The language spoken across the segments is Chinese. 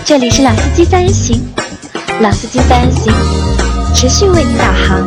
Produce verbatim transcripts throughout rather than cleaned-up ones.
这里是老司机三人行，老司机三人行持续为你导航。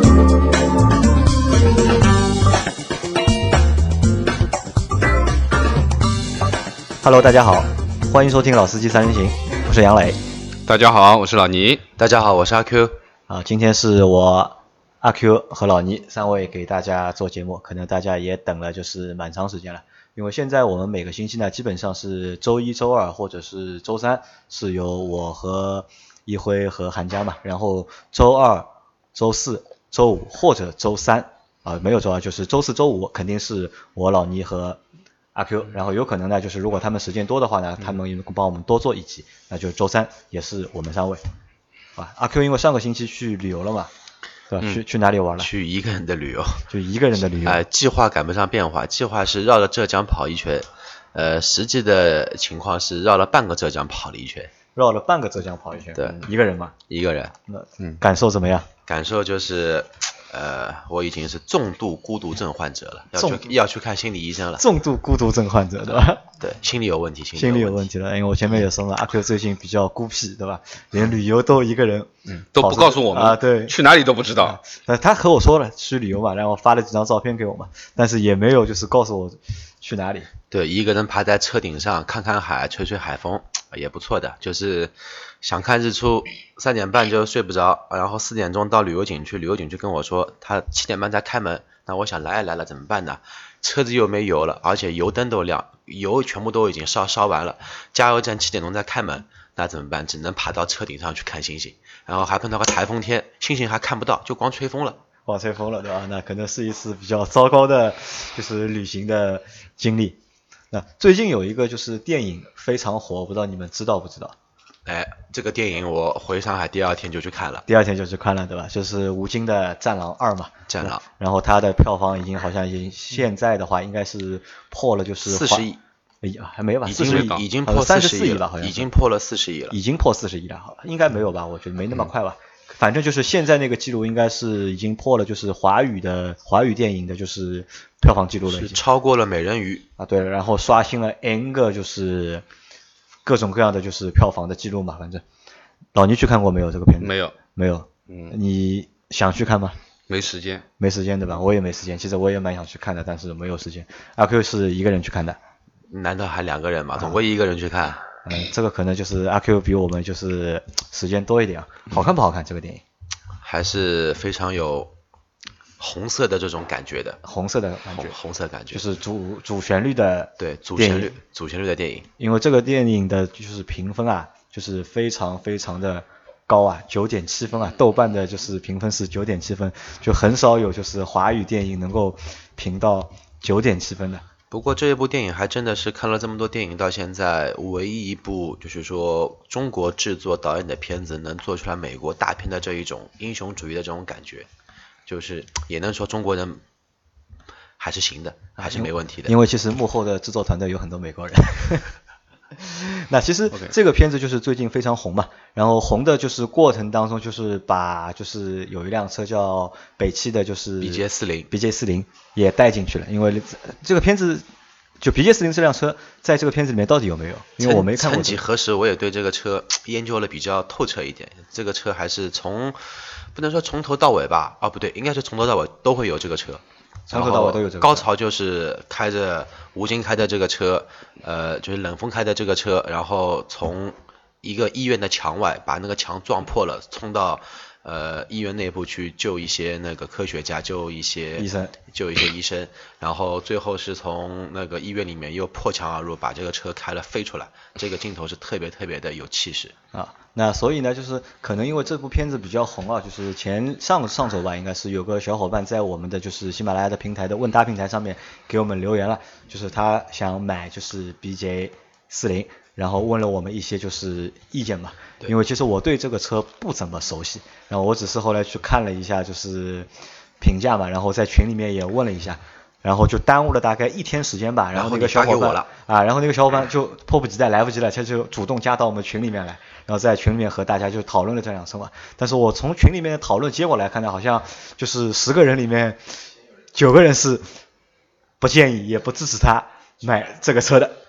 Hello， 大家好，欢迎收听老司机三人行，我是杨磊。 大家好，我是老倪。 大家好，我是阿 Q。 啊，今天是我阿 Q 和老倪三位给大家做节目，可能大家也等了就是蛮长时间了。因为现在我们每个星期呢，基本上是周一、周二或者是周三是由我和一辉和韩江嘛，然后周二、周四、周五或者周三啊，没有周二就是周四、周五肯定是我老倪和阿 Q， 然后有可能呢，就是如果他们时间多的话呢，他们帮我们多做一集，那就周三也是我们三位。啊，阿 Q 因为上个星期去旅游了嘛，对吧？嗯、去去哪里玩了？ 去一个人的旅游， 就一个人的旅游。 呃，计划赶不上变化，计划是绕着浙江跑一圈，呃，实际的情况是绕了半个浙江跑了一圈。 绕了半个浙江跑一圈。 对， 嗯、一个人嘛。 一个人。 那嗯，感受怎么样？ 感受就是，呃，我已经是重度孤独症患者了，要去要去看心理医生了。 重度孤独症患者，对吧？ 对，心理有问题， 心理有问题了。因为我前面也说了，阿 Q 最近比较孤僻，对吧？连旅游都一个人， 嗯，都不告诉我们啊，对， 去哪里都不知道。 呃、嗯，他和我说了去旅游嘛，然后发了几张照片给我嘛，但是也没有就是告诉我去哪里。 对，一个人爬在车顶上看看海，吹吹海风也不错的，就是想看日出，三点半就睡不着，然后四点钟到旅游景区，旅游景区跟我说他七点半才开门，那我想来也来了怎么办呢？车子又没油了，而且油灯都亮，油全部都已经烧烧完了，加油站七点钟才开门，那怎么办？只能爬到车顶上去看星星，然后还碰到个台风天，星星还看不到，就光吹风了。 光吹风了，对吧？那可能是一次比较糟糕的，就是旅行的经历。那最近有一个就是电影非常火，不知道你们知道不知道？ 哎，这个电影我回上海第二天就去看了， 第二天就去看了，对吧？就是吴京的《战狼二》嘛， 战狼。 然后它的票房已经好像已经现在的话应该是破了就是四十亿， 哎呀还没有吧？ 已经已经破三十四亿了，好像已经破了四十亿了， 已经破四十亿了，好，应该没有吧？我觉得没那么快吧。嗯，反正就是现在那个记录应该是已经破了，就是华语的华语电影的就是票房记录了， 是超过了美人鱼啊，对了，然后刷新了 N 个就是各种各样的就是票房的记录嘛，反正。老倪去看过没有这个片子？ 没有， 没有。嗯，你想去看吗？ 没时间， 没时间对吧？我也没时间，其实我也蛮想去看的，但是没有时间。阿 Q 是一个人去看的， 难道还两个人吗？总归一个人去看。 嗯，这个可能就是阿 Q 比我们就是时间多一点啊。好看不好看这个电影？ 还是非常有红色的这种感觉的， 红色的感觉， 红, 红色感觉， 就是主主旋律的对主旋律主旋律的电影。 因为这个电影的就是评分啊，就是非常非常的高啊，九点七分啊，豆瓣的就是评分是九点七分，就很少有就是华语电影能够评到九点七分的。 不过这一部电影还真的是看了这么多电影到现在唯一一部就是说中国制作导演的片子能做出来美国大片的这一种英雄主义的这种感觉，就是也能说中国人还是行的，还是没问题的。 因为其实幕后的制作团队有很多美国人。那其实这个片子就是最近非常红嘛，然后红的就是过程当中就是把就是有一辆车叫北汽的就是 B J 四十 B J 四十 也带进去了，因为这个片子就 B J 四十 这辆车在这个片子里面到底有没有？因为我没看过。 曾几何时我也对这个车研究了比较透彻一点，这个车还是从不能说从头到尾吧，啊不对，应该是从头到尾都会有这个车。 从头到尾都有这个车。 高潮就是开着吴京开的这个车，呃，就是冷锋开的这个车，然后从一个医院的墙外把那个墙撞破了，冲到呃医院内部去救一些那个科学家，救一些医生， 救一些医生，然后最后是从那个医院里面又破墙而入，把这个车开了飞出来，这个镜头是特别特别的有气势啊。那所以呢，就是可能因为这部片子比较红啊，就是前上上周吧，应该是有个小伙伴在我们的就是喜马拉雅的平台的问答平台上面给我们留言了，就是他想买就是 B J 四十，然后问了我们一些就是意见嘛，因为其实我对这个车不怎么熟悉，然后我只是后来去看了一下就是评价嘛，然后在群里面也问了一下。然后就耽误了大概一天时间吧，然后那个小伙伴啊，然后那个小伙伴就迫不及待来不及了，他就主动加到我们群里面来，然后在群里面和大家就讨论了这辆车嘛。但是我从群里面的讨论结果来看呢，好像就是十个人里面九个人是不建议也不支持他买这个车的。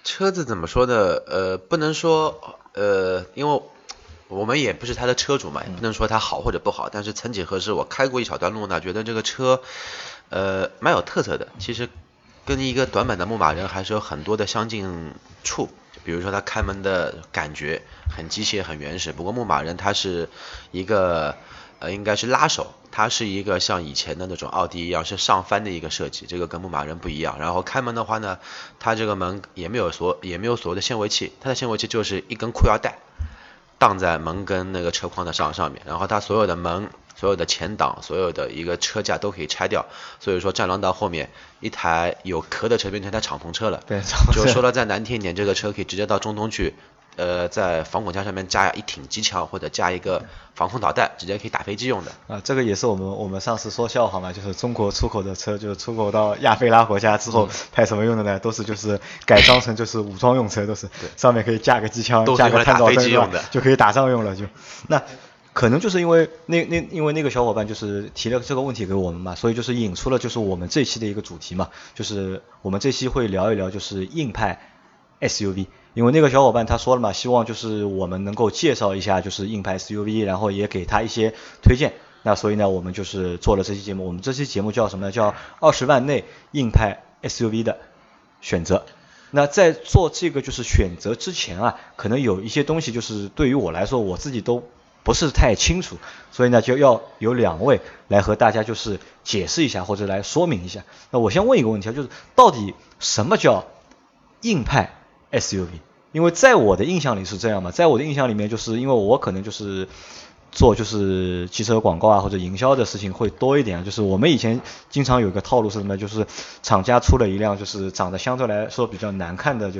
车子怎么说呢？呃，不能说呃，因为我们也不是他的车主嘛，也不能说它好或者不好。但是曾几何时，我开过一小段路呢，觉得这个车呃蛮有特色的。其实跟一个短板的牧马人还是有很多的相近处。比如说它开门的感觉很机械很原始，不过牧马人它是一个呃应该是拉手，它是一个像以前的那种奥迪一样是上翻的一个设计，这个跟牧马人不一样。然后开门的话呢，它这个门也没有所也没有所谓的限位器，它的限位器就是一根裤腰带荡在门跟那个车框的上上面，然后它所有的门所有的前挡所有的一个车架都可以拆掉，所以说战狼到后面一台有壳的车变成一台敞篷车了。 对， 就说了再难听一点，这个车可以直接到中东去，呃，在防滚架上面加一挺机枪或者加一个防空导弹，直接可以打飞机用的。 啊，这个也是我们我们上次说笑话嘛，就是中国出口的车，就是出口到亚非拉国家之后，派什么用的呢？都是就是改装成就是武装用车，都是上面可以架个机枪，架个探照灯用的，就可以打仗用了就。那可能就是因为那那因为那个小伙伴就是提了这个问题给我们嘛，所以就是引出了就是我们这期的一个主题嘛，就是我们这期会聊一聊就是硬派 S U V， 因为那个小伙伴他说了嘛，希望就是我们能够介绍一下就是硬派 S U V， 然后也给他一些推荐。那所以呢，我们就是做了这期节目，我们这期节目叫什么呢？叫二十万内硬派 S U V 的选择。那在做这个就是选择之前啊，可能有一些东西就是对于我来说我自己都不是太清楚，所以呢就要有两位来和大家就是解释一下或者来说明一下。那我先问一个问题啊，就是到底什么叫硬派 S U V？ 因为在我的印象里是这样嘛，在我的印象里面，就是因为我可能就是做就是汽车广告啊或者营销的事情会多一点，就是我们以前经常有一个套路是什么，就是厂家出了一辆就是长得相对来说比较难看的就是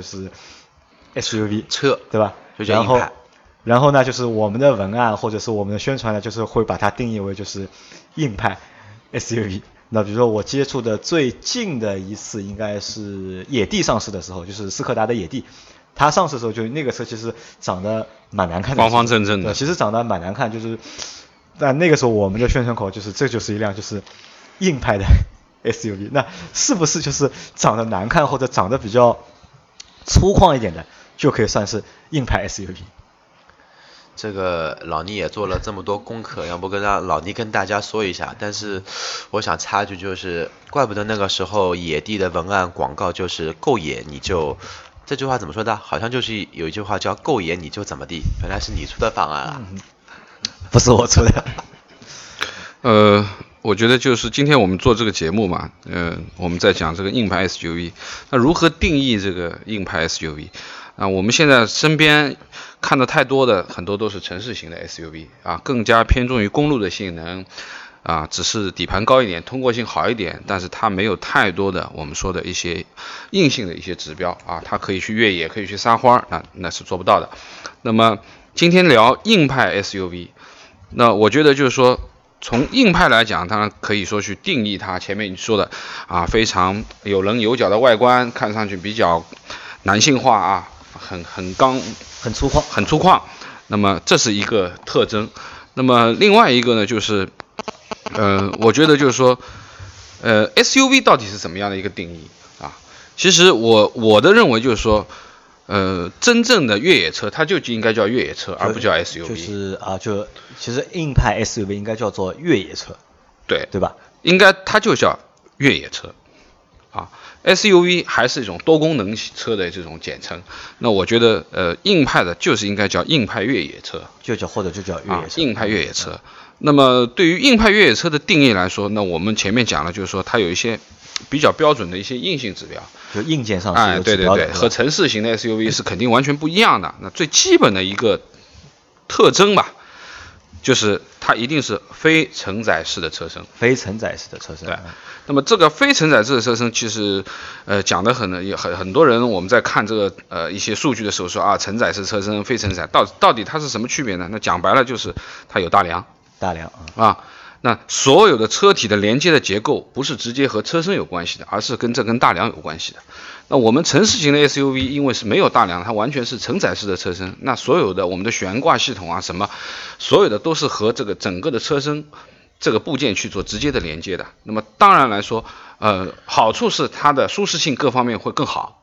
S U V 车， 对吧？ 就叫硬派。 然后呢，就是我们的文案或者是我们的宣传呢，就是会把它定义为就是硬派 S U V。那比如说我接触的最近的一次应该是野地上市的时候，就是斯柯达的野地，它上市的时候就那个车其实长得蛮难看的， 方方正正的， 其实长得蛮难看，就是但那个时候我们的宣传口就是这就是一辆就是硬派的 S U V。那是不是就是长得难看或者长得比较粗犷一点的就可以算是硬派 S U V？ 这个老倪也做了这么多功课，要不跟让老倪跟大家说一下。但是我想插一句，就是怪不得那个时候野地的文案广告就是够野你就，这句话怎么说的？好像就是有一句话叫够野你就怎么地，原来是你出的方案啊， 嗯、不是我出的。 呃，我觉得就是今天我们做这个节目嘛，呃，我们在讲这个硬派 S U V， 那如何定义这个硬派 S U V？啊，我们现在身边看的太多的很多都是城市型的 S U V 啊，更加偏重于公路的性能啊，只是底盘高一点，通过性好一点，但是它没有太多的我们说的一些硬性的一些指标啊，它可以去越野，可以去撒花，那那是做不到的。那么今天聊硬派 S U V， 那我觉得就是说从硬派来讲，当然可以说去定义它，前面你说的啊，非常有棱有角的外观，看上去比较男性化啊。很很刚很粗犷很粗犷，那么这是一个特征。那么另外一个呢，就是呃我觉得就是说呃 S U V 到底是怎么样的一个定义啊？其实我我的认为就是说呃真正的越野车它就应该叫越野车，而不叫 S U V。 就是啊就其实硬派 S U V 应该叫做越野车， 对对吧？ 应该它就叫越野车啊。S U V 还是一种多功能车的这种简称，那我觉得呃硬派的就是应该叫硬派越野车， 就叫或者就叫越野车、 啊、硬派越野车。那么对于硬派越野车的定义来说，那我们前面讲了，就是说它有一些比较标准的一些硬性指标， 就硬件上是有指标的， 哎，对对对，和城市型的 S U V 是肯定完全不一样的。那最基本的一个特征吧，就是它一定是非承载式的车身， 非承载式的车身。 对，那么这个非承载式的车身，其实呃讲的很也很很多人我们在看这个呃一些数据的时候说啊，承载式车身、非承载，到到底它是什么区别呢？那讲白了就是它有大梁， 大梁啊。啊那所有的车体的连接的结构不是直接和车身有关系的，而是跟这根大梁有关系的。那我们城市型的 S U V 因为是没有大梁，它完全是承载式的车身，那所有的我们的悬挂系统啊什么，所有的都是和这个整个的车身这个部件去做直接的连接的。那么当然来说，呃，好处是它的舒适性各方面会更好，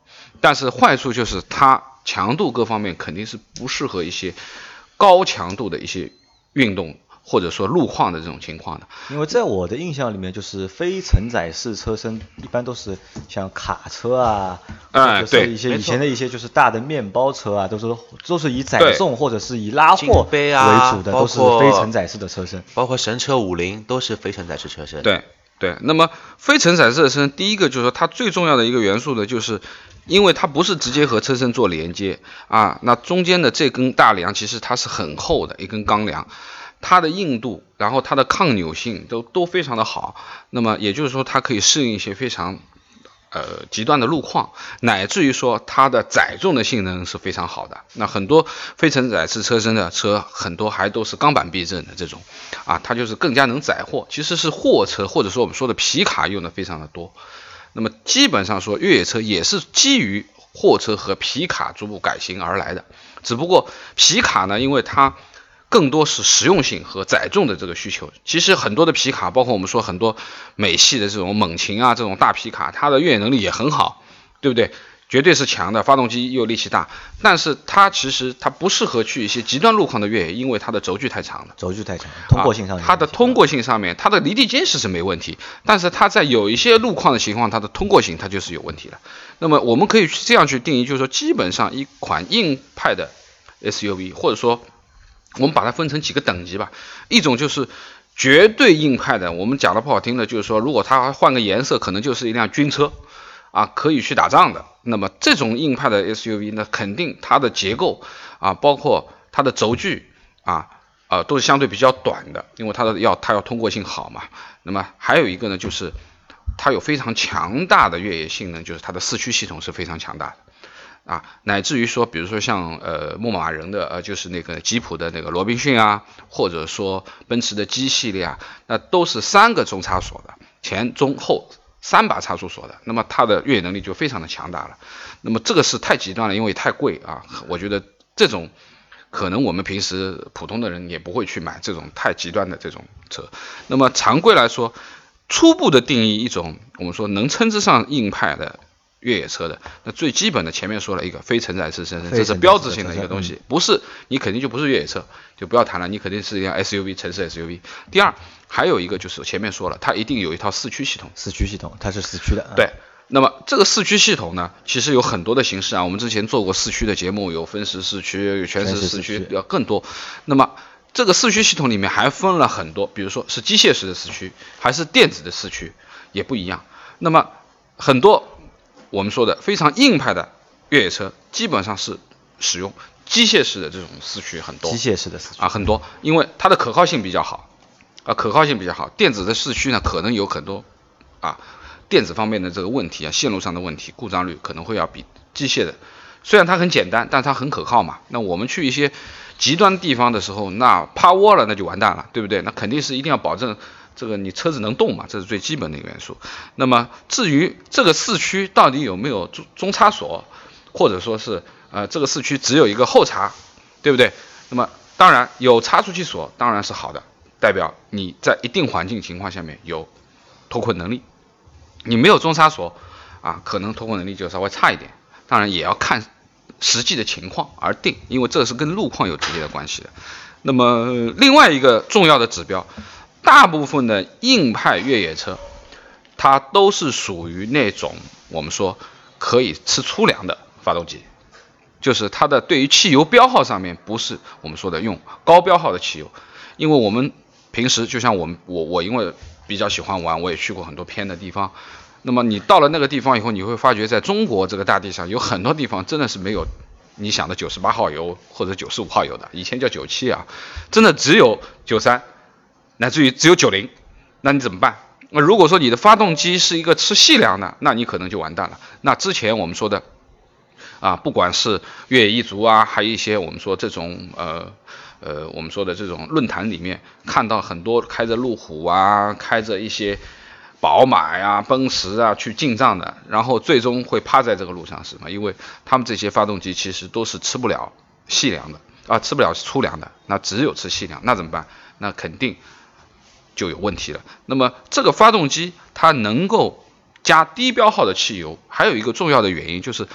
但是坏处就是它强度各方面肯定是不适合一些高强度的一些运动或者说路况的这种情况的。 因为在我的印象里面，就是非承载式车身一般都是像卡车啊， 哎、 或者是一些以前的一些就是大的面包车啊，都是都是以载重或者是以拉货为主的， 啊、 都是非承载式的车身， 包括神车五菱都是非承载式车身。 对对，那么非承载式车身，第一个就是说它最重要的一个元素呢，就是因为它不是直接和车身做连接啊，那中间的这根大梁其实它是很厚的一根钢梁。它的硬度，然后它的抗扭性都都非常的好，那么也就是说它可以适应一些非常呃极端的路况，乃至于说它的载重的性能是非常好的。那很多非承载式车身的车，很多还都是钢板避震的这种啊，它就是更加能载货，其实是货车或者说我们说的皮卡用的非常的多。那么基本上说越野车也是基于货车和皮卡逐步改型而来的，只不过皮卡呢，因为它更多是实用性和载重的这个需求。其实很多的皮卡，包括我们说很多美系的这种猛禽啊，这种大皮卡，它的越野能力也很好，对不对？绝对是强的，发动机又力气大，但是它其实它不适合去一些极端路况的越野，因为它的轴距太长了。 轴距太长，通过性上面、 啊、它的通过性上面，它的离地间隙是没问题，但是它在有一些路况的情况，它的通过性它就是有问题的。那么我们可以这样去定义，就是说基本上一款硬派的 S U V， 或者说我们把它分成几个等级吧，一种就是绝对硬派的，我们讲的不好听的，就是说如果它换个颜色，可能就是一辆军车啊，可以去打仗的。那么这种硬派的 S U V 呢，肯定它的结构啊，包括它的轴距啊，呃，都是相对比较短的，因为它的要它要通过性好嘛。那么还有一个呢，就是它有非常强大的越野性能，就是它的四驱系统是非常强大的。啊，乃至于说，比如说像呃牧马人的呃，就是那个吉普的那个罗宾逊啊，或者说奔驰的 G 系列啊，那都是三个中差锁的，前中后三把差速锁的，那么它的越野能力就非常的强大了。那么这个是太极端了，因为太贵啊，我觉得这种可能我们平时普通的人也不会去买这种太极端的这种车。那么常规来说，初步的定义一种我们说能称之上硬派的越野车的，那最基本的前面说了一个非承载式车身，这是标志性的一个东西，不是你肯定就不是越野车，就不要谈了，你肯定是一辆 S U V， 城市 S U V。第二，还有一个就是前面说了，它一定有一套四驱系统， 四驱系统它是四驱的， 对。那么这个四驱系统呢，其实有很多的形式啊，我们之前做过四驱的节目，有分时四驱，有全时四驱，要更多。那么这个四驱系统里面还分了很多，比如说是机械式的四驱，还是电子的四驱，也不一样。那么很多我们说的非常硬派的越野车，基本上是使用机械式的这种四驱很多， 机械式的四驱啊很多，因为它的可靠性比较好，啊可靠性比较好。电子的四驱呢，可能有很多啊电子方面的这个问题啊，线路上的问题，故障率可能会要比机械的，虽然它很简单，但它很可靠嘛。那我们去一些极端地方的时候，那趴窝了那就完蛋了，对不对？那肯定是一定要保证这个你车子能动嘛，这是最基本的一个元素。那么至于这个四驱到底有没有中中差锁，或者说是呃这个四驱只有一个后叉，对不对？那么当然有差速器锁当然是好的，代表你在一定环境情况下面有脱困能力。你没有中差锁啊，可能脱困能力就稍微差一点，当然也要看实际的情况而定，因为这是跟路况有直接的关系的。那么另外一个重要的指标，大部分的硬派越野车，它都是属于那种我们说可以吃粗粮的发动机，就是它的对于汽油标号上面不是我们说的用高标号的汽油，因为我们平时就像我们我我因为比较喜欢玩，我也去过很多偏的地方。那么你到了那个地方以后，你会发觉在中国这个大地上有很多地方真的是没有你想的九十八号油或者九十五号油的，以前叫九七啊，真的只有九三，乃至于只有九零，那你怎么办？那如果说你的发动机是一个吃细粮的，那你可能就完蛋了。那之前我们说的啊，不管是越野一族啊，还有一些我们说这种呃呃我们说的这种论坛里面，看到很多开着路虎啊，开着一些宝马呀、奔驰啊去进账的，然后最终会趴在这个路上，是什么？因为他们这些发动机其实都是吃不了细粮的啊，吃不了粗粮的，那只有吃细粮，那怎么办？那肯定就有问题了。那么这个发动机它能够加低标号的汽油，还有一个重要的原因就是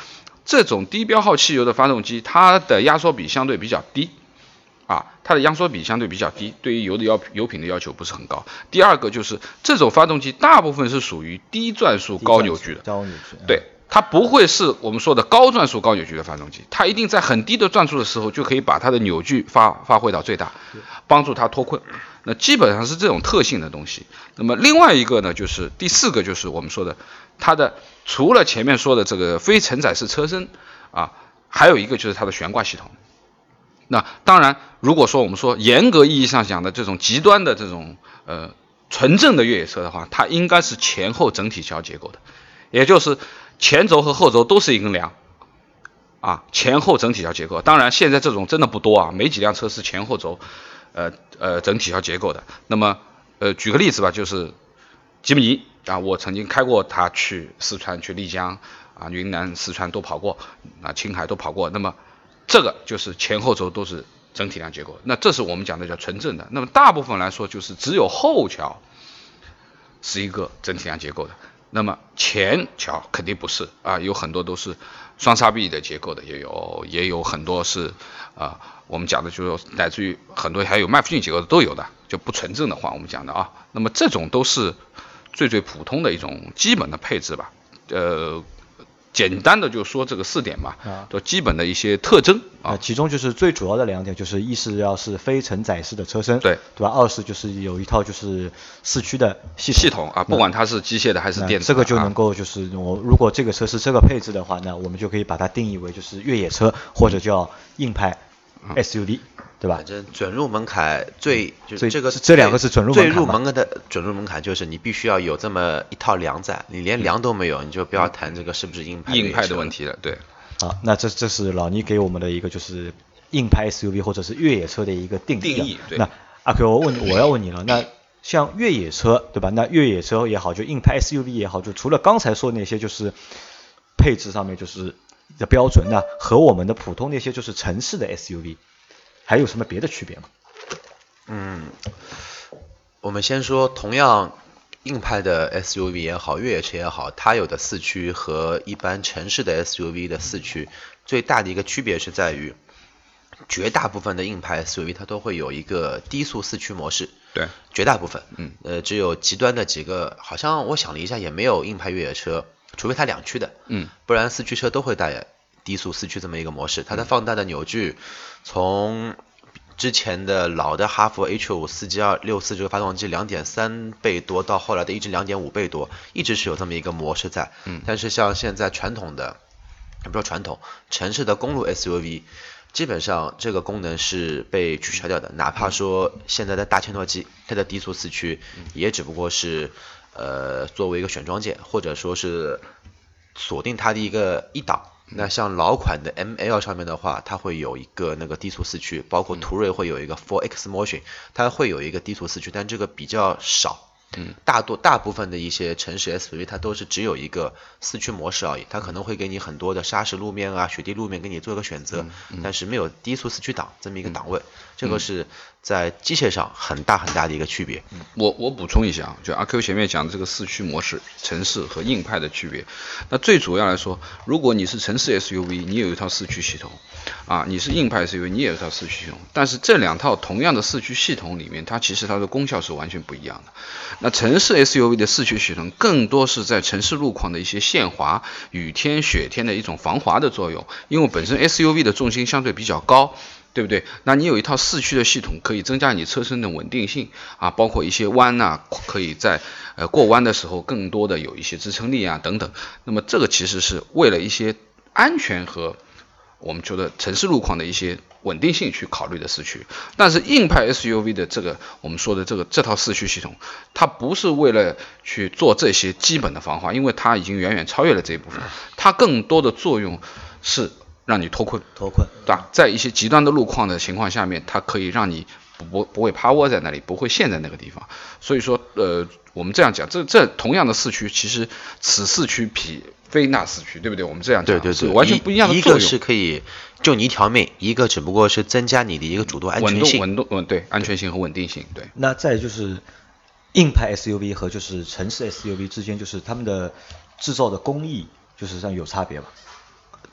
这种低标号汽油的发动机，它的压缩比相对比较低。啊，它的压缩比相对比较低，对于油的要油品的要求不是很高。第二个就是这种发动机大部分是属于低转速高扭矩的， 高扭矩， 对，它不会是我们说的高转速高扭矩的发动机，它一定在很低的转速的时候就可以把它的扭矩发发挥到最大，帮助它脱困。那基本上是这种特性的东西。那么另外一个呢，就是第四个就是我们说的它的除了前面说的这个非承载式车身啊，还有一个就是它的悬挂系统。那当然，如果说我们说严格意义上讲的这种极端的这种呃纯正的越野车的话，它应该是前后整体桥结构的，也就是前轴和后轴都是一根梁啊，前后整体桥结构。当然，现在这种真的不多啊，没几辆车是前后轴呃呃整体桥结构的。那么呃举个例子吧，就是吉姆尼啊，我曾经开过它去四川、去丽江啊、云南、四川都跑过啊，青海都跑过。那么这个就是前后轴都是整体梁结构，那这是我们讲的叫纯正的。那么大部分来说，就是只有后桥是一个整体梁结构的，那么前桥肯定不是啊，有很多都是双叉臂的结构的，也有也有很多是啊，我们讲的就是乃至于很多还有麦弗逊结构的都有的，就不纯正的话我们讲的啊，那么这种都是最最普通的一种基本的配置吧，呃。简单的就说这个四点嘛，就基本的一些特征啊， 其中就是最主要的两点，就是一是要是非承载式的车身， 对对吧？二是就是有一套就是四驱的系统系统啊，不管它是机械的还是电子的， 这个就能够就是我如果这个车是这个配置的话，那我们就可以把它定义为就是越野车或者叫硬派 S U V。对吧？ 反正准入门槛最就是这个这两个是准入门槛最入门的准入门槛就是你必须要有这么一套梁在，你连梁都没有，你就不要谈这个是不是硬派硬派的问题了。对， 好，那这这是老倪给我们的一个就是硬派 S U V 或者是越野车的一个定义。 定义对。 那阿 Q， 我问我要问你了，那像越野车对吧？那越野车也好，就硬派 S U V 也好，就除了刚才说那些就是配置上面就是的标准，那和我们的普通那些就是城市的 S U V。还有什么别的区别吗？ 嗯，我们先说，同样硬派的 S U V 也好，越野车也好，它有的四驱和一般城市的 S U V 的四驱最大的一个区别是在于，绝大部分的硬派 S U V 它都会有一个低速四驱模式。 对， 绝大部分， 嗯， 呃，只有极端的几个，好像我想了一下，也没有硬派越野车，除非它两驱的， 嗯， 不然四驱车都会带低速四驱这么一个模式，它的放大的扭矩从之前的老的哈弗 H 五 四 G 二六四这个发动机 两点三 倍多，到后来的一直 两点五 倍多，一直是有这么一个模式在。 嗯， 但是像现在传统的，也不说传统，城市的公路 S U V， 基本上这个功能是被取消掉的，哪怕说现在的大切诺基，它的低速四驱也只不过是呃作为一个选装件，或者说是锁定它的一个一档。那像老款的 M L 上面的话，它会有一个那个低速四驱，包括途锐会有一个 four X Motion， 它会有一个低速四驱，但这个比较少。 嗯， 大多大部分的一些城市 S U V 它都是只有一个四驱模式而已，它可能会给你很多的砂石路面啊、雪地路面给你做一个选择， 嗯嗯、 但是没有低速四驱档这么一个档位，嗯、这个是在机械上很大很大的一个区别。 嗯、我我补充一下，就阿 Q 前面讲的这个四驱模式，城市和硬派的区别。那最主要来说，如果你是城市 S U V， 你有一套四驱系统，啊，你是硬派 S U V， 你也有一套四驱系统，但是这两套同样的四驱系统里面，它其实它的功效是完全不一样的。那城市 S U V 的四驱系统更多是在城市路况的一些限滑、雨天、雪天的一种防滑的作用，因为本身 S U V 的重心相对比较高，对不对？那你有一套四驱的系统，可以增加你车身的稳定性啊，包括一些弯啊，可以在呃过弯的时候更多的有一些支撑力啊等等。那么这个其实是为了一些安全和我们觉得城市路况的一些稳定性去考虑的四驱，但是硬派 S U V 的这个我们说的这个这套四驱系统，它不是为了去做这些基本的防滑，因为它已经远远超越了这一部分，它更多的作用是让你脱困， 脱困， 对吧？在一些极端的路况的情况下面，它可以让你不不不会趴窝在那里，不会陷在那个地方。所以说，呃，我们这样讲，这这同样的四驱，其实此四驱比非那四驱，对不对？我们这样讲， 对对对， 是完全不一样的作用。 一个是可以救你一条命，一个只不过是增加你的一个主动安全性、 稳动、稳动，对，安全性和稳定性，对。 那再就是硬派 S U V 和就是城市 S U V 之间，就是他们的制造的工艺，就是上有差别吧？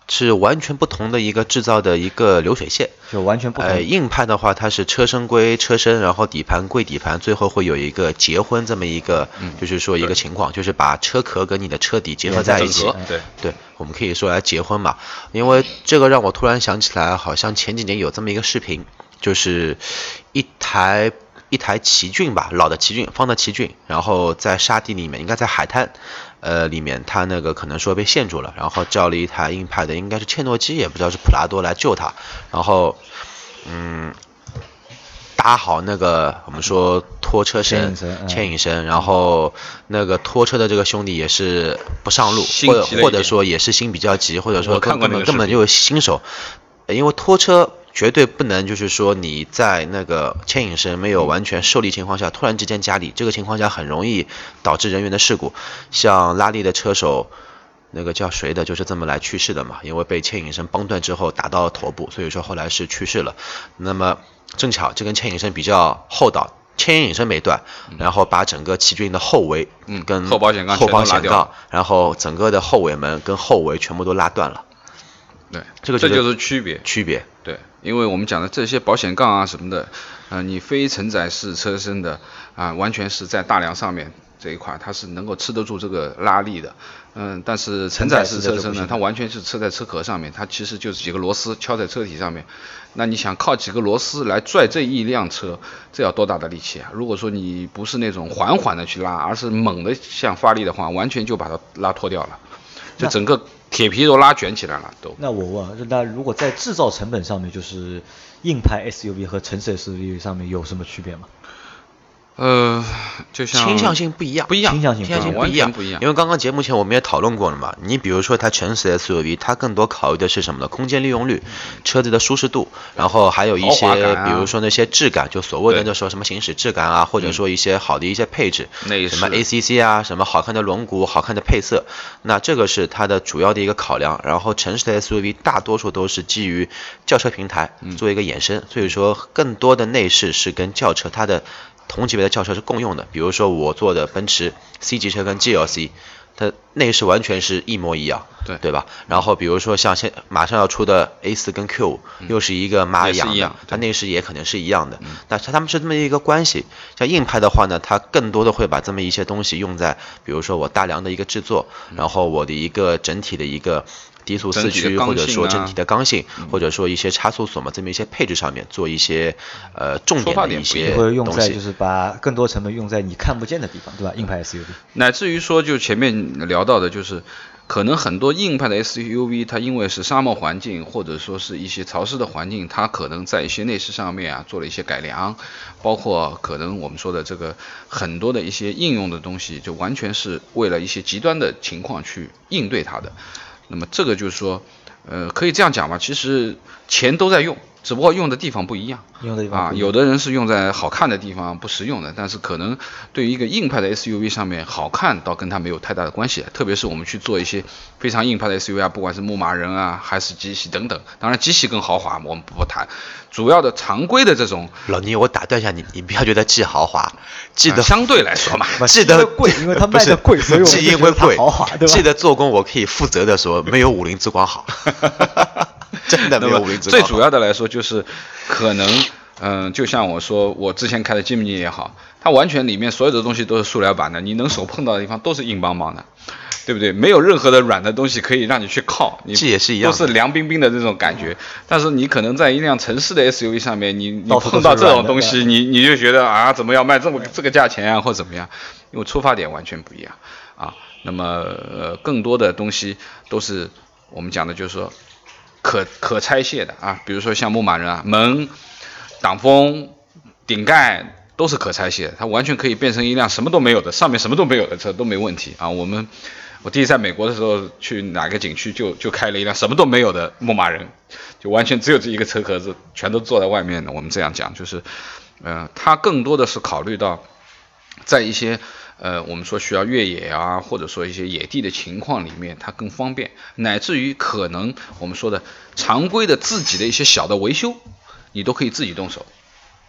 是完全不同的一个制造的一个流水线， 就完全不同。 呃，硬派的话，它是车身归车身，然后底盘归底盘，最后会有一个结婚这么一个，嗯、就是说一个情况，就是把车壳跟你的车底结合在一起。 对对，我们可以说来结婚嘛。因为这个让我突然想起来，好像前几年有这么一个视频，就是一台一台奇骏吧，老的奇骏，放的奇骏，然后在沙地里面，应该在海滩。呃，里面他那个可能说被陷住了，然后叫了一台硬派的，应该是切诺基，也不知道是普拉多来救他，然后嗯，搭好那个我们说拖车绳、牵引绳，然后那个拖车的这个兄弟也是不上路，或者或者说也是心比较急，或者说根本根本就是新手，因为拖车。绝对不能就是说你在那个牵引绳没有完全受力情况下突然之间加力，这个情况下很容易导致人员的事故。像拉力的车手那个叫谁的就是这么来去世的嘛，因为被牵引绳绑断之后打到头部，所以说后来是去世了。那么正巧这根牵引绳比较厚道，牵引绳没断，然后把整个奇骏的后尾跟后保险杠后保险杠，然后整个的后尾门跟后尾全部都拉断了。 对， 这个这就是区别。 区别， 对，因为我们讲的这些保险杠啊什么的，呃，你非承载式车身的啊、呃，完全是在大梁上面这一块，它是能够吃得住这个拉力的。嗯，但是承载式车身呢，它完全是车在车壳上面，它其实就是几个螺丝敲在车体上面。那你想靠几个螺丝来拽这一辆车，这要多大的力气啊？如果说你不是那种缓缓的去拉，而是猛的像发力的话，完全就把它拉脱掉了，就整个铁皮都拉卷起来了都。 那我问，那如果在制造成本上面，就是硬派 S U V 和城市 S U V 上面有什么区别吗？ 呃，就像倾向性不一样， 不一样， 倾向性倾向性不一样， 不一样。 因为刚刚节目前我们也讨论过了嘛，你比如说它城市 S U V， 它更多考虑的是什么呢？空间利用率、车子的舒适度，然后还有一些， 啊、 比如说那些质感，就所谓的那说什么行驶质感啊，或者说一些好的一些配置， 嗯、 什么 A C C 啊，什么好看的轮毂、好看的配色，那这个是它的主要的一个考量。然后城市的 S U V 大多数都是基于轿车平台做一个衍生，嗯、所以说更多的内饰是跟轿车它的同级别的轿车是共用的，比如说我做的奔驰 C 级车跟 G L C， 它内饰完全是一模一样， 对对吧？然后比如说像现马上要出的 A 四 跟 Q 五、嗯、又是一个妈一样的，它内饰也可能是一样的，但是他们是这么一个关系。像硬派的话呢，它更多的会把这么一些东西用在，比如说我大梁的一个制作，然后我的一个整体的一个低速四驱，或者说整体的刚性， 嗯、 或者说一些差速锁嘛，这么一些配置上面做一些呃重点的一些会用在就是把更多成本用在你看不见的地方，对吧？硬派 S U V， 乃至于说就前面聊到的，就是可能很多硬派的 S U V， 它因为是沙漠环境或者说是一些潮湿的环境，它可能在一些内饰上面啊做了一些改良，包括可能我们说的这个很多的一些应用的东西，就完全是为了一些极端的情况去应对它的。那么这个就是说，呃，可以这样讲吧，其实钱都在用，只不过用的地方不一样。 用的地方啊，有的人是用在好看的地方，不实用的，但是可能对于一个硬派的 S U V 上面，好看倒跟它没有太大的关系。特别是我们去做一些非常硬派的 S U V 啊，不管是牧马人啊，还是机器等等，当然机器更豪华我们不谈，主要的常规的这种。 老倪，我打断一下你，你不要觉得既豪华，记得、 啊、相对来说嘛， 记得贵，因为它卖的贵，所以我既因为贵豪华，对吧？ 记得做工我可以负责的说，没有五菱之光好。真的没有五菱之光好。 最主要的来说就是可能嗯、呃，就像我说我之前开的吉姆尼也好，它完全里面所有的东西都是塑料板的，你能手碰到的地方都是硬邦邦的，对不对？没有任何的软的东西可以让你去靠，你这也是一样， 都是凉冰冰的这种感觉。但是你可能在一辆城市的 S U V 上面，你你碰到这种东西，你你就觉得啊，怎么要卖这么这个价钱啊，或怎么样？因为出发点完全不一样啊。那么呃，更多的东西都是我们讲的，就是说可可拆卸的啊，比如说像牧马人啊，门、挡风、顶盖都是可拆卸的，它完全可以变成一辆什么都没有的，上面什么都没有的车都没问题啊。我们我第一次在美国的时候去哪个景区就就开了一辆什么都没有的牧马人，就完全只有这一个车壳子，全都坐在外面的。我们这样讲就是，呃，它更多的是考虑到在一些呃我们说需要越野啊，或者说一些野地的情况里面，它更方便，乃至于可能我们说的常规的自己的一些小的维修，你都可以自己动手。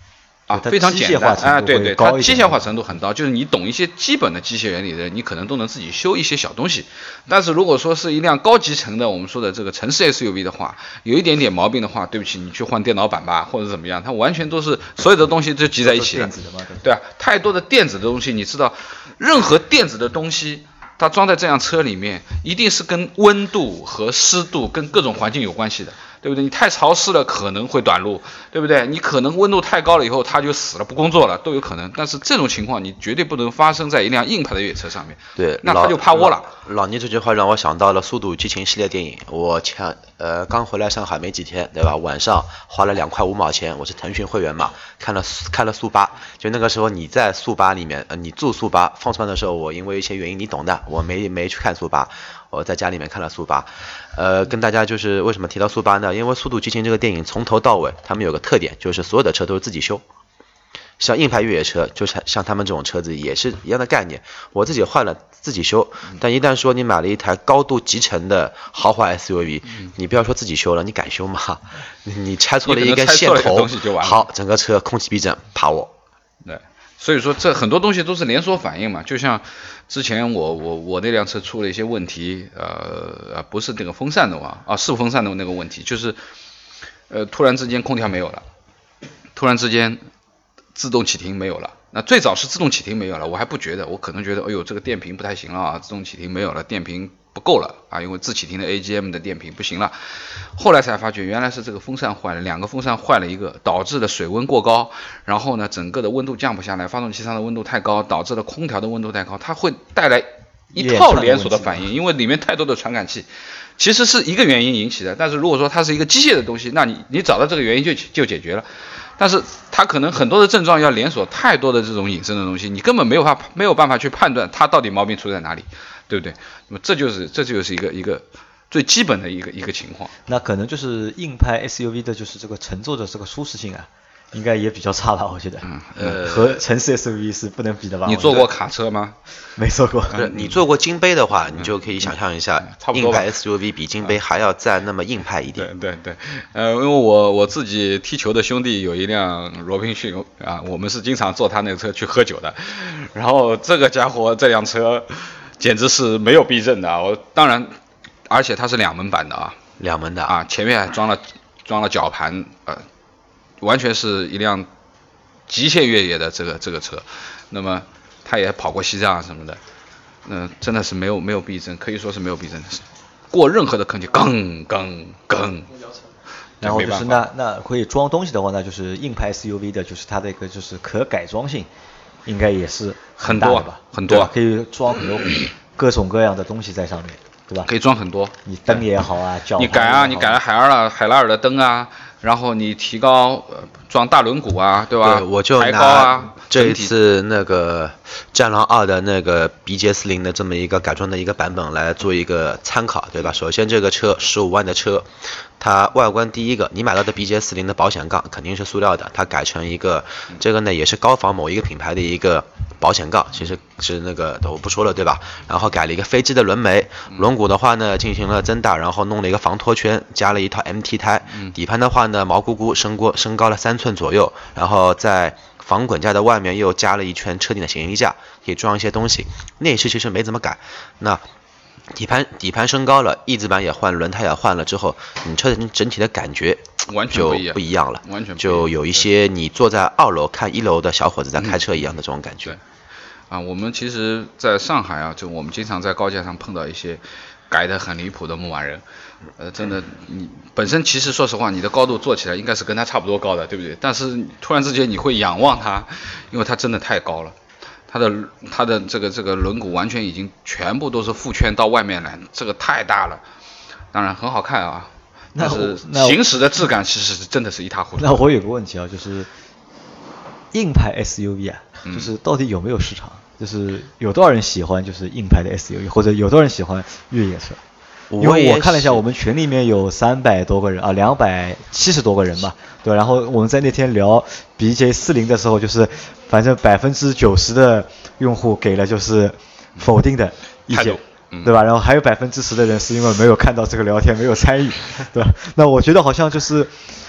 啊，非常简单啊，对对， 它机械化程度很高，就是你懂一些基本的机械原理的人，你可能都能自己修一些小东西。但是如果说是一辆高级层的，我们说的这个城市 S U V 的话，有一点点毛病的话，对不起，你去换电脑板吧，或者怎么样，它完全都是所有的东西就集在一起了。对啊，太多的电子的东西，你知道，任何电子的东西，它装在这辆车里面，一定是跟温度和湿度跟各种环境有关系的。对不对？你太潮湿了可能会短路，对不对？你可能温度太高了以后它就死了不工作了都有可能。但是这种情况你绝对不能发生在一辆硬派的越野车上面。 对， 那他就趴窝了。 老倪这句话让我想到了《速度与激情》系列电影。我前呃刚回来上海没几天，对吧？晚上花了两块五毛钱，我是腾讯会员嘛，看了看了速八。就那个时候你在速八里面，呃，你住速八放出来的时候，我因为一些原因你懂的，我没没去看速八。我在家里面看了速八，呃，跟大家就是为什么提到速八呢？因为《速度激情》这个电影从头到尾，他们有个特点，就是所有的车都是自己修。像硬派越野车，就是像他们这种车子也是一样的概念，我自己换了自己修。但一旦说你买了一台高度集成的豪华 S U V，、嗯、你不要说自己修了，你敢修吗？你拆错了一根线头，好，整个车空气避震趴窝。 对。所以说这很多东西都是连锁反应嘛，就像之前我我我那辆车出了一些问题，呃不是那个风扇的话啊，是风扇的那个问题，就是呃突然之间空调没有了，突然之间自动启停没有了。那最早是自动启停没有了，我还不觉得，我可能觉得哎呦这个电瓶不太行了啊，自动启停没有了，电瓶不够了啊，因为自启停的 A G M 的电瓶不行了。后来才发觉原来是这个风扇坏了，两个风扇坏了一个，导致了水温过高，然后呢整个的温度降不下来，发动机上的温度太高，导致了空调的温度太高，它会带来一套连锁的反应，因为里面太多的传感器。其实是一个原因引起的，但是如果说它是一个机械的东西，那你你找到这个原因就就解决了。但是它可能很多的症状要连锁太多的这种引申的东西，你根本没有法没有办法去判断它到底毛病出在哪里，对不对？那么这就是这就是一个一个最基本的一个一个情况。 那可能就是硬派 S U V 的就是这个乘坐的这个舒适性啊，应该也比较差吧？我觉得， 嗯呃，和城市 S U V 是不能比的吧？ 你坐过卡车吗？ 没坐过。 嗯、你坐过金杯的话，你就可以想象一下，嗯、硬派 S U V 比金杯还要再那么硬派一点。 对对对，呃，因为我我自己踢球的兄弟有一辆罗宾逊啊，我们是经常坐他那个车去喝酒的，然后这个家伙这辆车简直是没有避震的啊！我当然，而且它是两门版的啊， 两门的啊，前面还装了装了绞盘，呃。完全是一辆极限越野的这个这个车，那么他也跑过西藏啊什么的，嗯、呃，真的是没有没有避震，可以说是没有避震，过任何的坑就更更更。 然后就是那那可以装东西的话，那就是硬派 S U V 的，就是它的一个就是可改装性，应该也是很大的吧？ 很多， 可以装很多各种各样的东西在上面，对吧？ 可以装很多， 你灯也好啊，脚你改啊，你改了海尔了海拉尔的灯啊。然后你提高呃装大轮毂啊，对吧？ 对，我就拿这一次那个战狼二的那个 B J 四零的这么一个改装的一个版本来做一个参考，对吧？首先这个车十五万的车，它外观第一个，你买到的 B J 四零的保险杠肯定是塑料的，它改成一个这个呢也是高仿某一个品牌的一个保险杠，其实是那个我不说了，对吧？然后改了一个飞机的轮眉，轮毂的话呢进行了增大，然后弄了一个防脱圈，加了一套 M T 胎，底盘的话呢毛咕咕升过升高了三寸左右，然后在防滚架的外面又加了一圈车顶的行李架，可以装一些东西。内饰其实没怎么改，那底盘底盘升高了，翼子板也换，轮胎也换了之后，你车子整体的感觉就不一样了， 完全就有一些你坐在二楼看一楼的小伙子在开车一样的这种感觉。 嗯、啊，我们其实在上海啊，就我们经常在高架上碰到一些改得很离谱的牧马人，呃，真的，你本身其实说实话，你的高度坐起来应该是跟他差不多高的，对不对？但是突然之间你会仰望他，因为他真的太高了。它的它的这个这个轮毂完全已经全部都是副圈到外面来，这个太大了，当然很好看啊，但是行驶的质感其实真的是一塌糊涂。 那我有个问题啊，就是硬派 S U V 啊，就是到底有没有市场？嗯、就是有多少人喜欢就是硬派的 S U V， 或者有多少人喜欢越野车？因为我看了一下，我们群里面有三百多个人啊，两百七十多个人吧，对。然后我们在那天聊 B J 四零的时候，就是反正百分之九十的用户给了就是否定的意见， 嗯、 对吧？然后还有百分之十的人是因为没有看到这个聊天，没有参与，对吧？那我觉得好像就是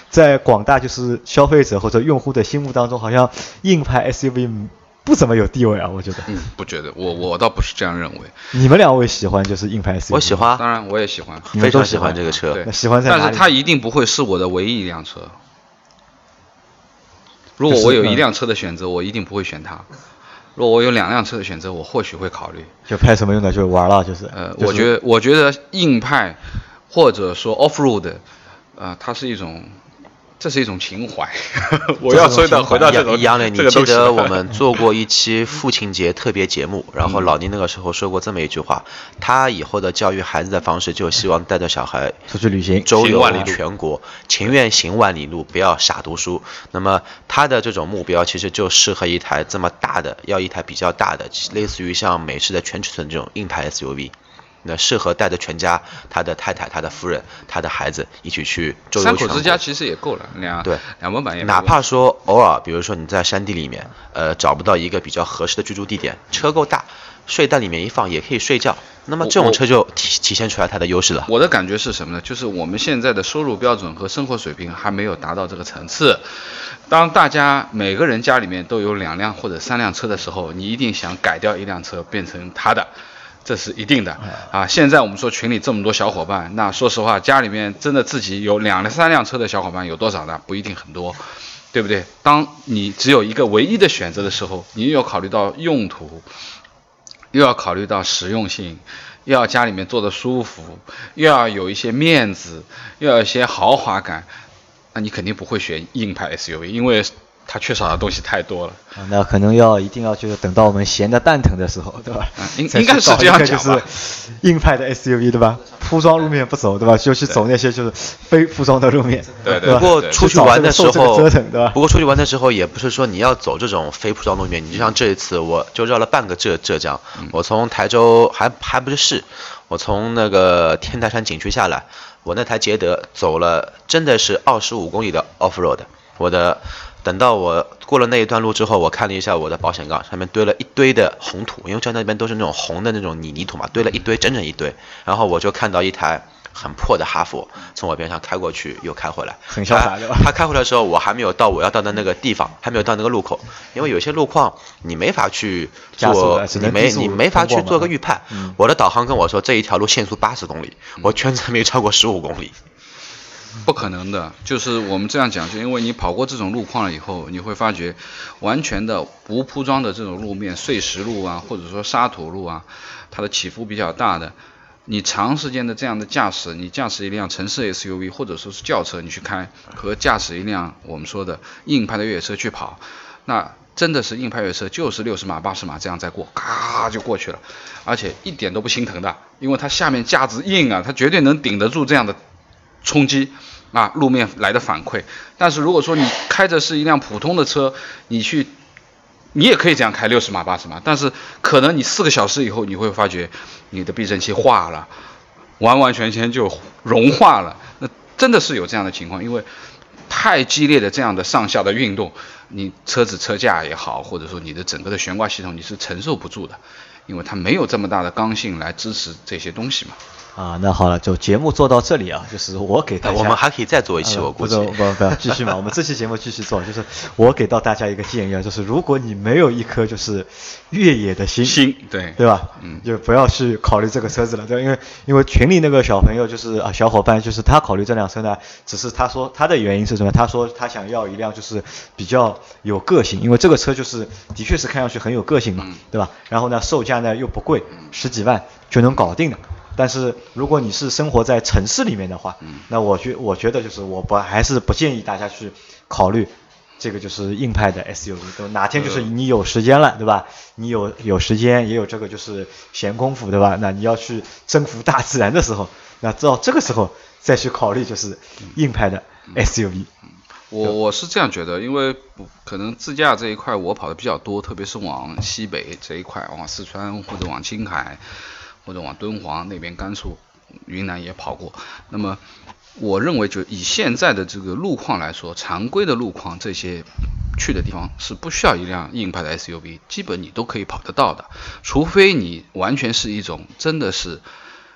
在广大就是消费者或者用户的心目当中，好像硬派 S U V 不怎么有地位啊，我觉得。 嗯，不觉得，我我倒不是这样认为。 你们两位喜欢就是硬派 S U V？ 我喜欢， 当然我也喜欢， 非常喜欢这个车。 对， 喜欢在哪里？ 但是它一定不会是我的唯一一辆车。如果我有一辆车的选择，我一定不会选它。如果我有两辆车的选择，我或许会考虑。 就派什么用的就玩了，就是。 呃， 就是、 我觉得，我觉得硬派或者说 off road， 呃，它是一种，这是一种情怀。我要说的回到这种杨磊， 这你记得我们做过一期父亲节特别节目，然后老倪那个时候说过这么一句话：他以后的教育孩子的方式，就希望带着小孩出去旅行， 周游全国，情愿行万里路，不要傻读书。那么他的这种目标其实就适合一台这么大的，要一台比较大的，类似于像美式的全尺寸这种硬派 S U V。那适合带着全家，他的太太、他的夫人、他的孩子一起去周游全国。 三口之家其实也够了，两对两门板也。 哪怕说偶尔，比如说你在山地里面，呃，找不到一个比较合适的居住地点，车够大，睡袋里面一放也可以睡觉。那么这种车就体体现出来它的优势了。 我的感觉是什么呢？就是我们现在的收入标准和生活水平还没有达到这个层次。当大家每个人家里面都有两辆或者三辆车的时候，你一定想改掉一辆车变成他的。这是一定的啊！现在我们说群里这么多小伙伴，那说实话，家里面真的自己有两三辆车的小伙伴有多少呢？不一定很多，对不对？当你只有一个唯一的选择的时候，你又要考虑到用途，又要考虑到实用性，又要家里面坐得舒服，又要有一些面子，又要有一些豪华感，那你肯定不会选硬派 S U V， 因为它缺少的东西太多了。 啊、那可能要一定要就是等到我们闲的蛋疼的时候，对吧？ 啊、应应该是这样讲吧。 就是硬派的 S U V， 对吧？铺装路面不走，对吧？就去走那些就是非铺装的路面。 对对。 不过出去玩的时候， 折腾，对吧？ 不过出去玩的时候也不是说你要走这种非铺装路面，你就像这一次，我就绕了半个浙浙江，嗯、我从台州还还不是市，我从那个天台山景区下来，我那台捷德走了真的是二十五公里的 off road， 我的。等到我过了那一段路之后，我看了一下我的保险杠，上面堆了一堆的红土，因为在那边都是那种红的那种泥泥土嘛，堆了一堆，整整一堆。然后我就看到一台很破的哈佛从我边上开过去，又开回来， 很潇洒对吧？ 他开回来的时候，我还没有到我要到的那个地方，还没有到那个路口，因为有些路况你没法去做，你没你没法去做个预判。嗯、我的导航跟我说这一条路限速八十公里，我全程没超过十五公里。 不可能的，就是我们这样讲，就因为你跑过这种路况了以后，你会发觉完全的不铺装的这种路面，碎石路啊，或者说沙土路啊，它的起伏比较大的，你长时间的这样的驾驶，你驾驶一辆城市 S U V 或者说是轿车你去开，和驾驶一辆我们说的硬派的越野车去跑，那真的是硬派越野车就是六十码八十码这样再过，咔就过去了，而且一点都不心疼的，因为它下面架子硬啊，它绝对能顶得住这样的冲击啊，路面来的反馈。但是如果说你开着是一辆普通的车，你去你也可以这样开六十码八十码，但是可能你四个小时以后你会发觉你的避震器化了，完完全全就融化了。那真的是有这样的情况，因为太激烈的这样的上下的运动，你车子车架也好，或者说你的整个的悬挂系统你是承受不住的，因为它没有这么大的刚性来支持这些东西嘛。 啊，那好了，就节目做到这里啊，就是我给大家， 我们还可以再做一期，呃、我估计。 不不不，继续嘛，我们这期节目继续做，就是我给到大家一个建议啊，就是如果你没有一颗就是越野的心， 心对对吧？ 嗯， 就不要去考虑这个车子了，对，因为因为群里那个小朋友就是啊小伙伴，就是他考虑这辆车呢，只是他说他的原因是什么？他说他想要一辆就是比较有个性，因为这个车就是的确是看上去很有个性嘛， 嗯、 对吧？然后呢，售价呢又不贵，十几万就能搞定的。但是如果你是生活在城市里面的话，嗯、那我觉我觉得就是我不还是不建议大家去考虑这个就是硬派的 S U V， 对吧？哪天就是你有时间了，对吧？你有有时间也有这个就是闲工夫，对吧？那你要去征服大自然的时候，那到这个时候再去考虑就是硬派的 S U V。 我我是这样觉得，因为可能自驾这一块我跑的比较多，特别是往西北这一块，往四川或者往青海。或者往敦煌那边甘肃云南也跑过，那么我认为就以现在的这个路况来说，常规的路况这些去的地方是不需要一辆硬派的 S U V， 基本你都可以跑得到的，除非你完全是一种真的是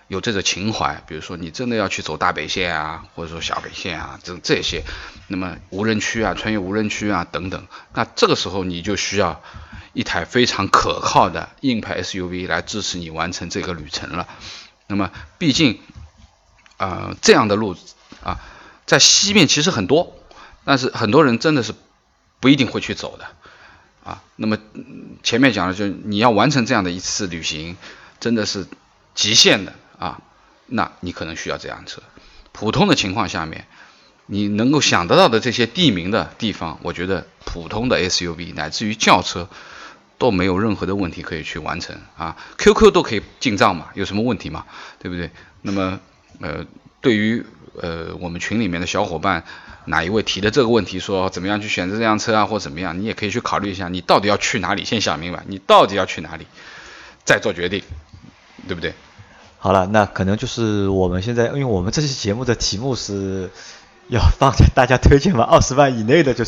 有这个情怀，比如说你真的要去走大北线啊，或者说小北线啊，这这些，那么无人区啊，穿越无人区啊等等，那这个时候你就需要一台非常可靠的硬派 S U V 来支持你完成这个旅程了。那么毕竟呃这样的路啊，在西面其实很多，但是很多人真的是不一定会去走的啊。那么前面讲的就是你要完成这样的一次旅行，真的是极限的啊，那你可能需要这辆车。普通的情况下面，你能够想得到的这些地名的地方，我觉得普通的 S U V 乃至于轿车都没有任何的问题可以去完成啊。Q Q 都可以进账嘛，有什么问题嘛，对不对？那么呃，对于呃我们群里面的小伙伴，哪一位提的这个问题，说怎么样去选择这辆车啊，或怎么样，你也可以去考虑一下，你到底要去哪里，先想明白你到底要去哪里，再做决定，对不对？ 好了，那可能就是我们现在，因为我们这期节目的题目是要放在大家推荐嘛，二十万以内的就是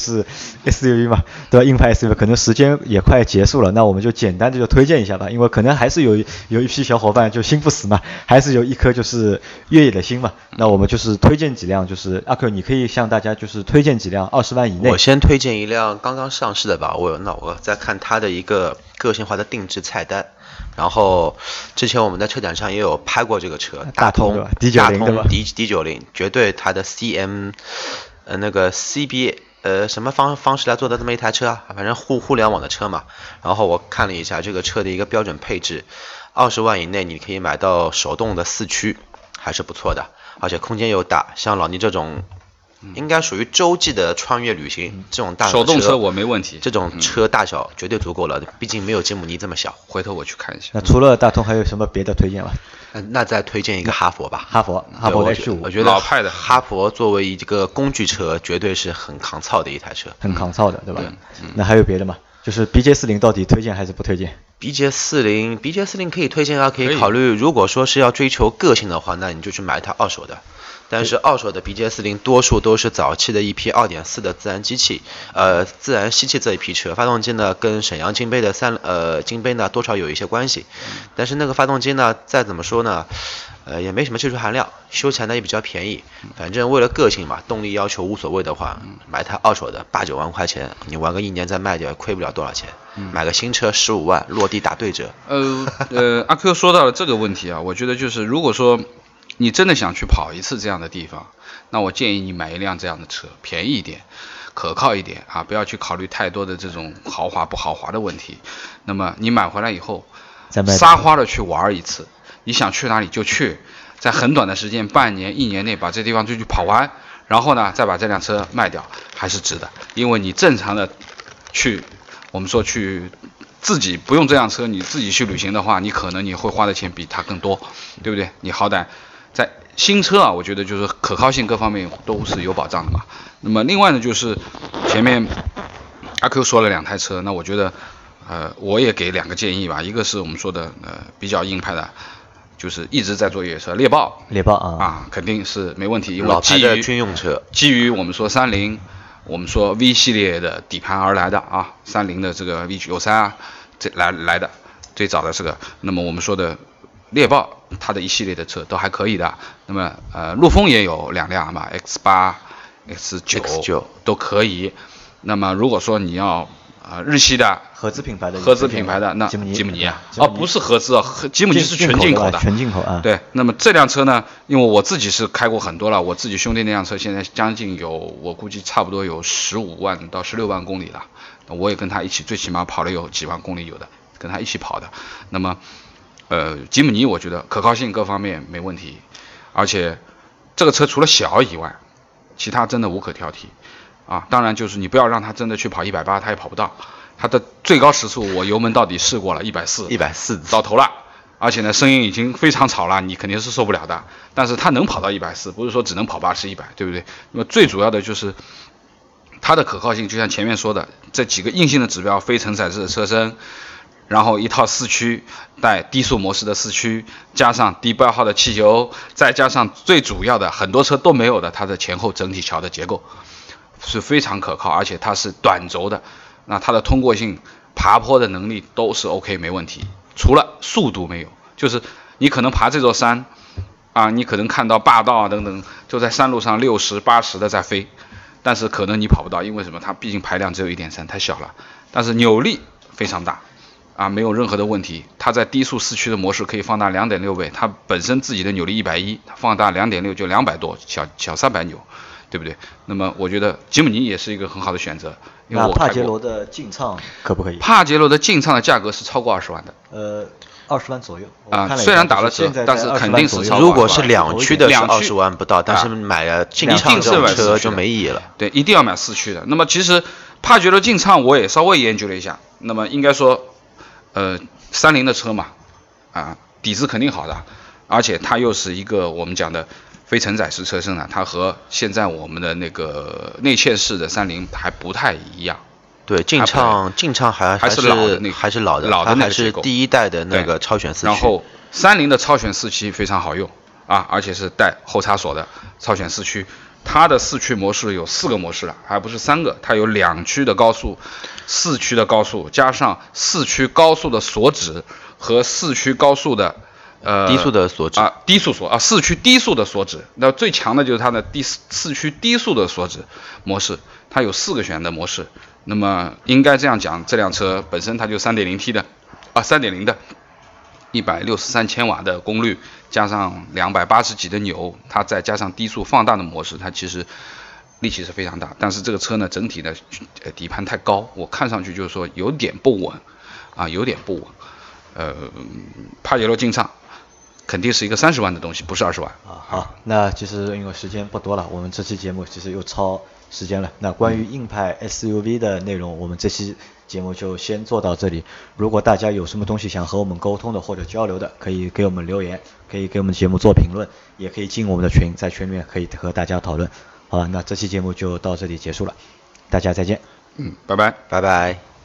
S U V 嘛，对吧？硬派 S U V， 可能时间也快结束了，那我们就简单的就推荐一下吧，因为可能还是有有一批小伙伴就心不死嘛，还是有一颗就是越野的心嘛，那我们就是推荐几辆，就是阿 Q 你可以向大家就是推荐几辆二十万以内。 我先推荐一辆刚刚上市的吧，我那我再看它的一个个性化的定制菜单。然后之前我们在车展上也有拍过这个车， 大通 D 九零对吧 ？D D 九零绝对它的 C M 呃那个 C B 呃什么方方式来做的这么一台车啊，反正互互联网的车嘛。然后我看了一下这个车的一个标准配置，二十万以内你可以买到手动的四驱，还是不错的，而且空间又大，像老倪这种。应该属于洲际的穿越旅行，这种大手动车我没问题， 这种车大小绝对足够了，毕竟没有吉姆尼这么小。 回头我去看一下。 那除了大通还有什么别的推荐吗？ 那再推荐一个哈佛吧， 哈佛，哈佛的 H 五， 我觉得老派的哈佛作为一个工具车，绝对是很抗操的一台车， 很抗操的，对吧？ 嗯、 那还有别的吗？就是 B J 四十 到底推荐还是不推荐 ？B J 四十 B J 四十 可以推荐啊，可以考虑。如果说是要追求个性的话，那你就去买一台二手的。但是二手的 B J 四十 多数都是早期的一批 二点四 的自然机器，呃，自然吸气这一批车，发动机呢跟沈阳金杯的三呃金杯呢多少有一些关系，但是那个发动机呢再怎么说呢，呃也没什么技术含量，修起来呢也比较便宜，反正为了个性嘛，动力要求无所谓的话，买台二手的八九万块钱，你玩个一年再卖掉，亏不了多少钱。买个新车十五万，落地打对折。 呃呃，阿 Q 说到了这个问题啊，我觉得就是如果说你真的想去跑一次这样的地方，那我建议你买一辆这样的车，便宜一点，可靠一点啊，不要去考虑太多的这种豪华不豪华的问题。那么你买回来以后，撒花的去玩一次，你想去哪里就去，在很短的时间，半年、一年内把这地方就去跑完，然后呢，再把这辆车卖掉，还是值的。因为你正常的去，我们说去。自己不用这辆车，你自己去旅行的话，你可能你会花的钱比他更多，对不对？你好歹在新车啊，我觉得就是可靠性各方面都是有保障的嘛。那么另外呢，就是前面阿 Q 说了两台车，那我觉得呃我也给两个建议吧，一个是我们说的呃比较硬派的，就是一直在做越野车，猎豹， 猎豹啊啊肯定是没问题，因为老牌的军用车， 基于我们说三菱。我们说 V 系列的底盘而来的啊，三菱的这个 V 九十三 啊，这来来的最早的这个，那么我们说的猎豹，它的一系列的车都还可以的。那么呃，陆风也有两辆嘛 ，X 八、X 九 都可以。那么如果说你要呃日系的合资品牌的合资品牌的那吉姆尼吉姆尼啊，哦不是合资啊，吉姆尼是全进口的， 全进口啊。 对，那么这辆车呢，因为我自己是开过很多了，我自己兄弟那辆车现在将近有，我估计差不多有十五万到十六万公里了，我也跟他一起，最起码跑了有几万公里有的，跟他一起跑的。那么，呃，吉姆尼我觉得可靠性各方面没问题，而且这个车除了小以外，其他真的无可挑剔。啊，当然就是你不要让它真的去跑一百八，它也跑不到。它的最高时速我油门到底试过了，一百四， 一百四到头了，而且呢声音已经非常吵了，你肯定是受不了的。但是它能跑到一百四，不是说只能跑八十、一百，对不对？那么最主要的就是它的可靠性，就像前面说的这几个硬性的指标：非承载式的车身，然后一套四驱带低速模式的四驱，加上低标号的汽油，再加上最主要的很多车都没有的它的前后整体桥的结构。是非常可靠，而且它是短轴的，那它的通过性、爬坡的能力都是 OK 没问题，除了速度没有，就是你可能爬这座山啊，你可能看到霸道啊等等，就在山路上六十八十的在飞，但是可能你跑不到，因为什么？它毕竟排量只有 一点三， 太小了，但是扭力非常大啊，没有任何的问题。它在低速四驱的模式可以放大 两点六倍，它本身自己的扭力一百一，它放大 两点六 就两百多，小小三百牛，对不对？那么我觉得吉姆尼也是一个很好的选择。因为我那帕杰罗的劲畅可不可以？ 帕杰罗的劲畅的价格是超过二十万的。 呃，二十万左右啊，虽然打了折，但是肯定是超过。 如果是两驱的是二十万不到，但是买了劲畅这种车就没意义了。 对，一定要买四驱的。那么其实帕杰罗劲畅我也稍微研究了一下，那么应该说，呃，三菱的车嘛，啊，底子肯定好的，而且它又是一个我们讲的非承载式车身啊，它和现在我们的那个内嵌式的三菱还不太一样。 对，劲畅劲畅还还是老的那个还是老的， 老的那个还是第一代的那个超选四驱。 然后三菱的超选四驱非常好用啊，而且是带后插锁的超选四驱。它的四驱模式有四个模式了，还不是三个，它有两驱的高速、四驱的高速，加上四驱高速的锁止和四驱高速的呃低速的锁止啊，低速锁啊，四驱低速的锁止。那最强的就是它的第四四驱低速的锁止模式，它有四个选的模式。那么应该这样讲，这辆车本身它就 三点零 T 的啊 三点零 的一百六十三千瓦的功率，加上两百八十几的扭，它再加上低速放大的模式，它其实力气是非常大。但是这个车呢，整体的呃底盘太高，我看上去就是说有点不稳啊，有点不稳。呃，帕杰罗劲畅肯定是一个三十万的东西，不是二十万啊。好，那其实因为时间不多了，我们这期节目其实又超时间了。那关于硬派 S U V 的内容，我们这期节目就先做到这里。如果大家有什么东西想和我们沟通的或者交流的，可以给我们留言，可以给我们节目做评论，也可以进我们的群，在群里面可以和大家讨论。好了，那这期节目就到这里结束了，大家再见。 嗯，拜拜， 拜拜。